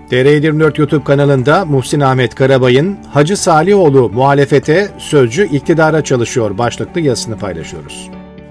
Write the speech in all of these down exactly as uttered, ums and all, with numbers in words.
T R yedi yirmi dört YouTube kanalında Muhsin Ahmet Karabay'ın Hacı Salihoğlu muhalefete, Sözcü iktidara çalışıyor başlıklı yazısını paylaşıyoruz.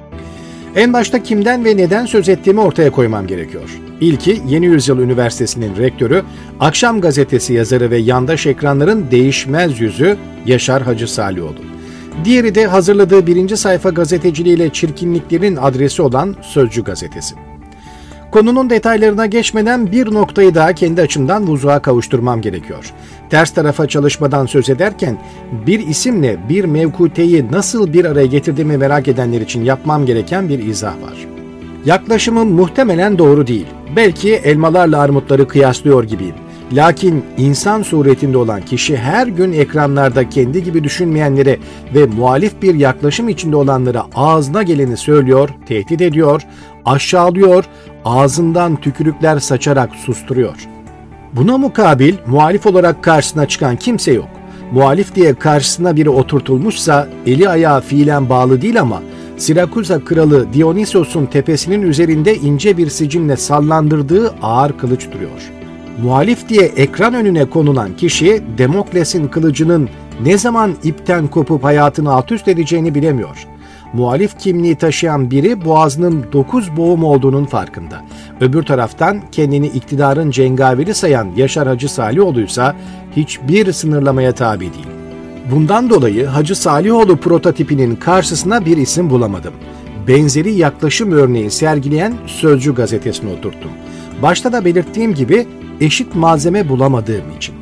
En başta kimden ve neden söz ettiğimi ortaya koymam gerekiyor. İlki Yeni Yüzyıl Üniversitesi'nin rektörü, Akşam Gazetesi yazarı ve yandaş ekranların değişmez yüzü Yaşar Hacı Salihoğlu. Diğeri de hazırladığı birinci sayfa gazeteciliğiyle çirkinliklerin adresi olan Sözcü gazetesi. Konunun detaylarına geçmeden bir noktayı daha kendi açımdan vuzuğa kavuşturmam gerekiyor. Ters tarafa çalışmadan söz ederken bir isimle bir mevkuteyi nasıl bir araya getirdiğimi merak edenler için yapmam gereken bir izah var. Yaklaşımım muhtemelen doğru değil. Belki elmalarla armutları kıyaslıyor gibiyim. Lakin insan suretinde olan kişi her gün ekranlarda kendi gibi düşünmeyenlere ve muhalif bir yaklaşım içinde olanlara ağzına geleni söylüyor, tehdit ediyor, aşağılıyor, ağzından tükürükler saçarak susturuyor. Buna mukabil muhalif olarak karşısına çıkan kimse yok. Muhalif diye karşısına biri oturtulmuşsa eli ayağı fiilen bağlı değil ama Sirakuza kralı Dionysos'un tepesinin üzerinde ince bir sicinle sallandırdığı ağır kılıç duruyor. Muhalif diye ekran önüne konulan kişi Demokles'in kılıcının ne zaman ipten kopup hayatını alt üst edeceğini bilemiyor. Muhalif kimliği taşıyan biri boğazının dokuz boğum olduğunun farkında. Öbür taraftan kendini iktidarın cengaveri sayan Yaşar Hacı Salihoğlu'ysa hiçbir sınırlamaya tabi değil. Bundan dolayı Hacı Salihoğlu prototipinin karşısına bir isim bulamadım. Benzeri yaklaşım örneği sergileyen Sözcü gazetesine oturttum. Başta da belirttiğim gibi eşit malzeme bulamadığım için.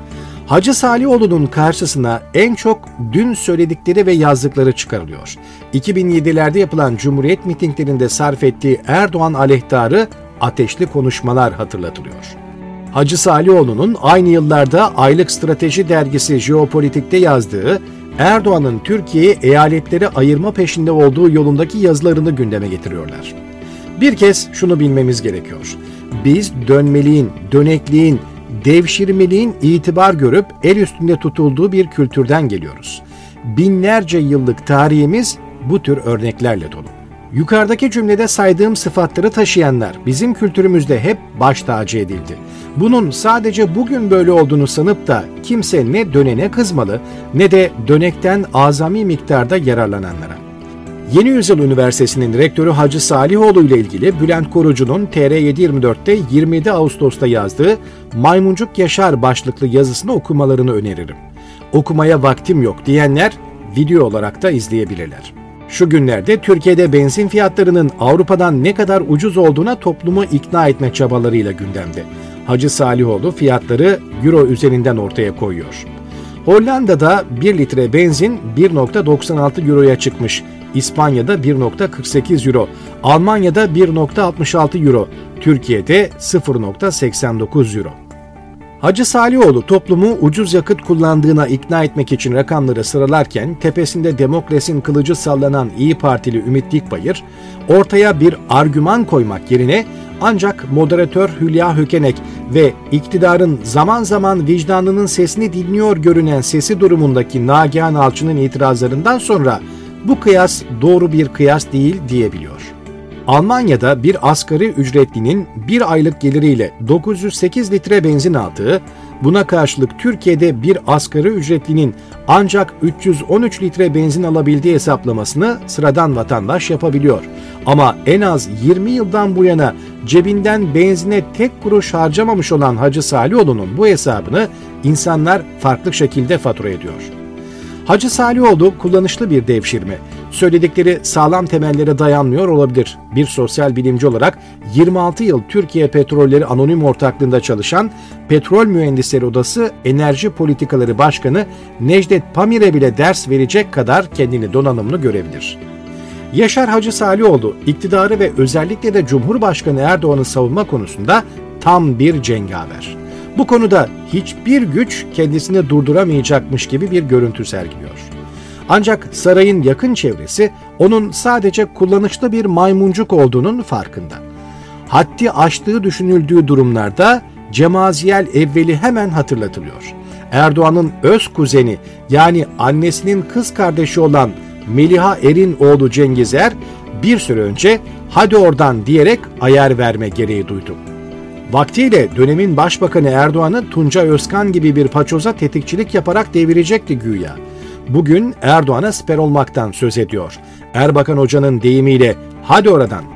Hacı Salihoğlu'nun karşısına en çok dün söyledikleri ve yazdıkları çıkarılıyor. iki bin yedilerde yapılan Cumhuriyet mitinglerinde sarf ettiği Erdoğan aleyhtarı ateşli konuşmalar hatırlatılıyor. Hacı Salihoğlu'nun aynı yıllarda Aylık Strateji dergisi Jeopolitik'te yazdığı Erdoğan'ın Türkiye'yi eyaletlere ayırma peşinde olduğu yolundaki yazılarını gündeme getiriyorlar. Bir kez şunu bilmemiz gerekiyor. Biz dönmeliğin, dönekliğin, devşirmeliğin itibar görüp el üstünde tutulduğu bir kültürden geliyoruz. Binlerce yıllık tarihimiz bu tür örneklerle dolu. Yukarıdaki cümlede saydığım sıfatları taşıyanlar bizim kültürümüzde hep baş tacı edildi. Bunun sadece bugün böyle olduğunu sanıp da kimse ne dönene kızmalı ne de dönekten azami miktarda yararlananlara. Yeni Yüzyıl Üniversitesi'nin rektörü Hacı Salihoğlu ile ilgili Bülent Korucu'nun T R yedi yirmi dörtte yirmi yedi Ağustos'ta yazdığı Maymuncuk Yaşar başlıklı yazısını okumalarını öneririm. Okumaya vaktim yok diyenler video olarak da izleyebilirler. Şu günlerde Türkiye'de benzin fiyatlarının Avrupa'dan ne kadar ucuz olduğuna toplumu ikna etme çabalarıyla gündemde. Hacı Salihoğlu fiyatları euro üzerinden ortaya koyuyor. Hollanda'da bir litre benzin bir virgül doksan altı euroya çıkmış. İspanya'da bir virgül kırk sekiz euro, Almanya'da bir virgül altmış altı euro, Türkiye'de sıfır virgül seksen dokuz euro. Hacı Salihoğlu toplumu ucuz yakıt kullandığına ikna etmek için rakamları sıralarken tepesinde Demokles'in kılıcı sallanan İyi Partili Ümit Dikbayır ortaya bir argüman koymak yerine ancak moderatör Hülya Hökenek ve iktidarın zaman zaman vicdanının sesini dinliyor görünen sesi durumundaki Nagihan Alçı'nın itirazlarından sonra bu kıyas doğru bir kıyas değil diyebiliyor. Almanya'da bir asgari ücretlinin bir aylık geliriyle dokuz yüz sekiz litre benzin aldığı, buna karşılık Türkiye'de bir asgari ücretlinin ancak üç yüz on üç litre benzin alabildiği hesaplamasını sıradan vatandaş yapabiliyor. Ama en az yirmi yıldan bu yana cebinden benzine tek kuruş harcamamış olan Hacı Salihoğlu'nun bu hesabını insanlar farklı şekilde fatura ediyor. Hacı Salihoğlu kullanışlı bir devşirme. Söyledikleri sağlam temellere dayanmıyor olabilir. Bir sosyal bilimci olarak yirmi altı yıl Türkiye Petrolleri Anonim Ortaklığı'nda çalışan Petrol Mühendisleri Odası Enerji Politikaları Başkanı Necdet Pamir'e bile ders verecek kadar kendini donanımlı görebilir. Yaşar Hacı Salihoğlu, iktidarı ve özellikle de Cumhurbaşkanı Erdoğan'ı savunma konusunda tam bir cengaver. Bu konuda hiçbir güç kendisini durduramayacakmış gibi bir görüntü sergiliyor. Ancak sarayın yakın çevresi onun sadece kullanışlı bir maymuncuk olduğunun farkında. Haddi aştığı düşünüldüğü durumlarda Cemaziyel Evvel'i hemen hatırlatılıyor. Erdoğan'ın öz kuzeni yani annesinin kız kardeşi olan Meliha Er'in oğlu Cengiz Er bir süre önce hadi oradan diyerek ayar verme gereği duydu. Vaktiyle dönemin Başbakanı Erdoğan'ı Tuncay Özkan gibi bir paçoza tetikçilik yaparak devirecekti güya. Bugün Erdoğan'a siper olmaktan söz ediyor. Erbakan Hoca'nın deyimiyle hadi oradan.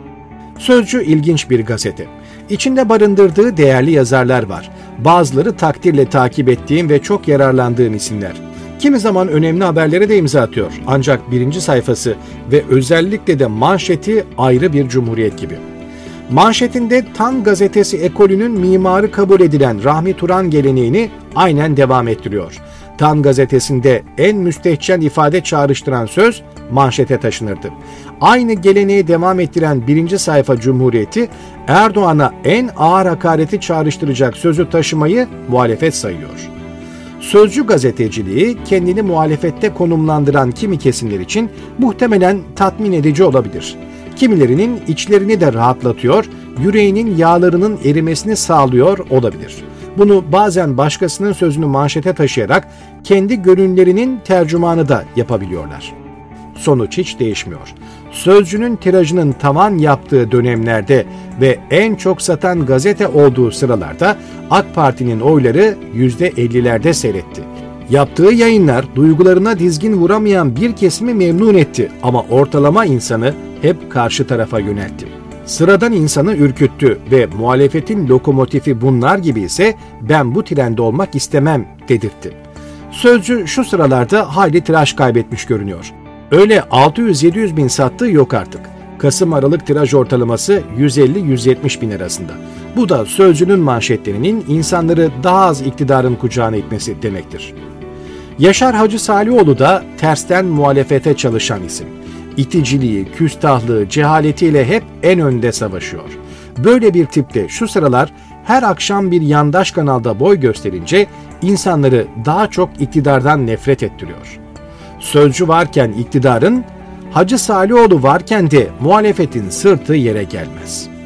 Sözcü ilginç bir gazete. İçinde barındırdığı değerli yazarlar var. Bazıları takdirle takip ettiğim ve çok yararlandığım isimler. Kimi zaman önemli haberlere de imza atıyor. Ancak birinci sayfası ve özellikle de manşeti ayrı bir cumhuriyet gibi. Manşetinde Tan gazetesi ekolünün mimarı kabul edilen Rahmi Turan geleneğini aynen devam ettiriyor. Tan gazetesinde en müstehcen ifade çağrıştıran söz manşete taşınırdı. Aynı geleneği devam ettiren birinci sayfa Cumhuriyeti, Erdoğan'a en ağır hakareti çağrıştıracak sözü taşımayı muhalefet sayıyor. Sözcü gazeteciliği kendini muhalefette konumlandıran kimi kesimler için muhtemelen tatmin edici olabilir. Kimilerinin içlerini de rahatlatıyor, yüreğinin yağlarının erimesini sağlıyor olabilir. Bunu bazen başkasının sözünü manşete taşıyarak kendi gönüllerinin tercümanı da yapabiliyorlar. Sonuç hiç değişmiyor. Sözcünün tirajının tavan yaptığı dönemlerde ve en çok satan gazete olduğu sıralarda AK Parti'nin oyları yüzde ellilerde seyretti. Yaptığı yayınlar duygularına dizgin vuramayan bir kesimi memnun etti ama ortalama insanı hep karşı tarafa yöneltti. Sıradan insanı ürküttü ve muhalefetin lokomotifi bunlar gibi ise ben bu trende olmak istemem dedirtti. Sözcü şu sıralarda hayli tiraj kaybetmiş görünüyor. Öyle altı yüz yedi yüz bin sattığı yok artık. Kasım-Aralık tiraj ortalaması yüz elli yüz yetmiş bin arasında. Bu da Sözcü'nün manşetlerinin insanları daha az iktidarın kucağına itmesi demektir. Yaşar Hacı Salioğlu da tersten muhalefete çalışan isim. İticiliği, küstahlığı, cehaletiyle hep en önde savaşıyor. Böyle bir tipte şu sıralar her akşam bir yandaş kanalda boy gösterince insanları daha çok iktidardan nefret ettiriyor. Sözcü varken iktidarın, Hacı Salioğlu varken de muhalefetin sırtı yere gelmez.